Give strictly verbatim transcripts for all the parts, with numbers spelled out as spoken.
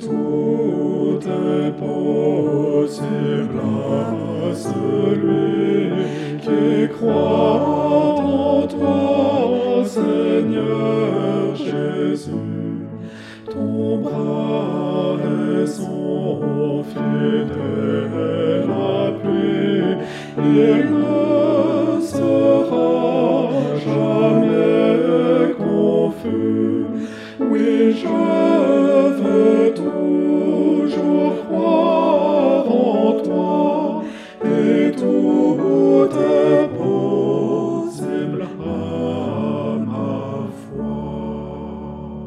Tout est possible à celui qui croit en toi, Seigneur Jésus. Ton bras est son fidèle appui, il ne sera jamais confus. Oui, je veux toujours croire en toi, et tout est possible à ma foi.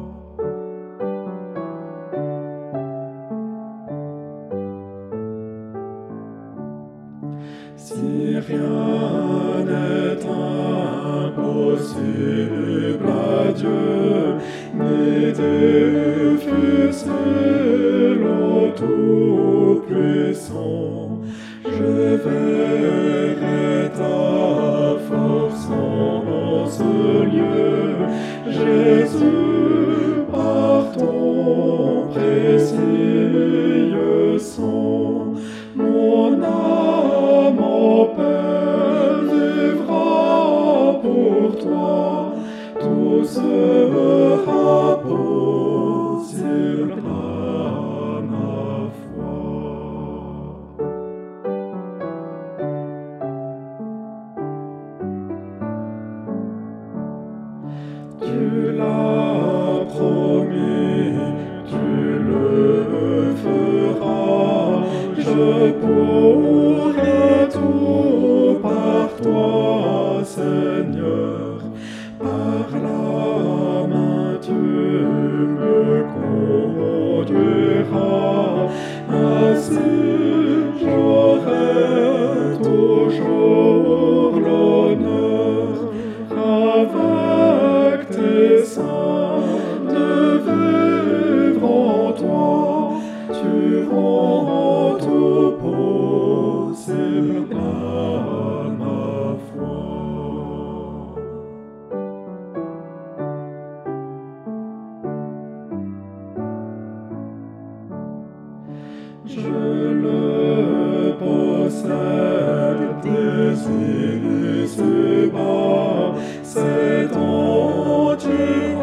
Si rien n'est impossible à Dieu, ni difficile au Tout-Puissant, je verrai ta force en ce lieu, Jésus, par ton précieux sang. Mon âme en paix vivra pour toi, tout sera possible à ma foi. Tu l'as promis, tu le feras, je pourrai tout par toi, Seigneur. Par la main tu me conduiras, ainsi j'aurai toujours l'honneur avec tes saints de vivre en toi. Tu rends tout possible à ma foi. Je le possède d'ici si bas, cet entier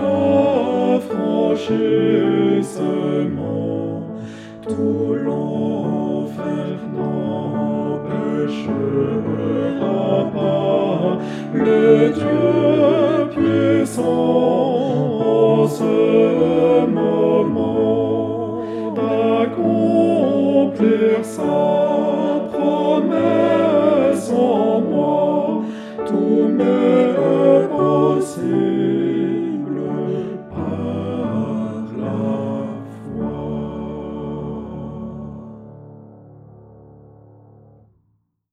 affranchissement. Tout l'enfer n'empêchera pas le Dieu puissant en ce moment d'accomplir sa promesse en moi. Tout m'est possible.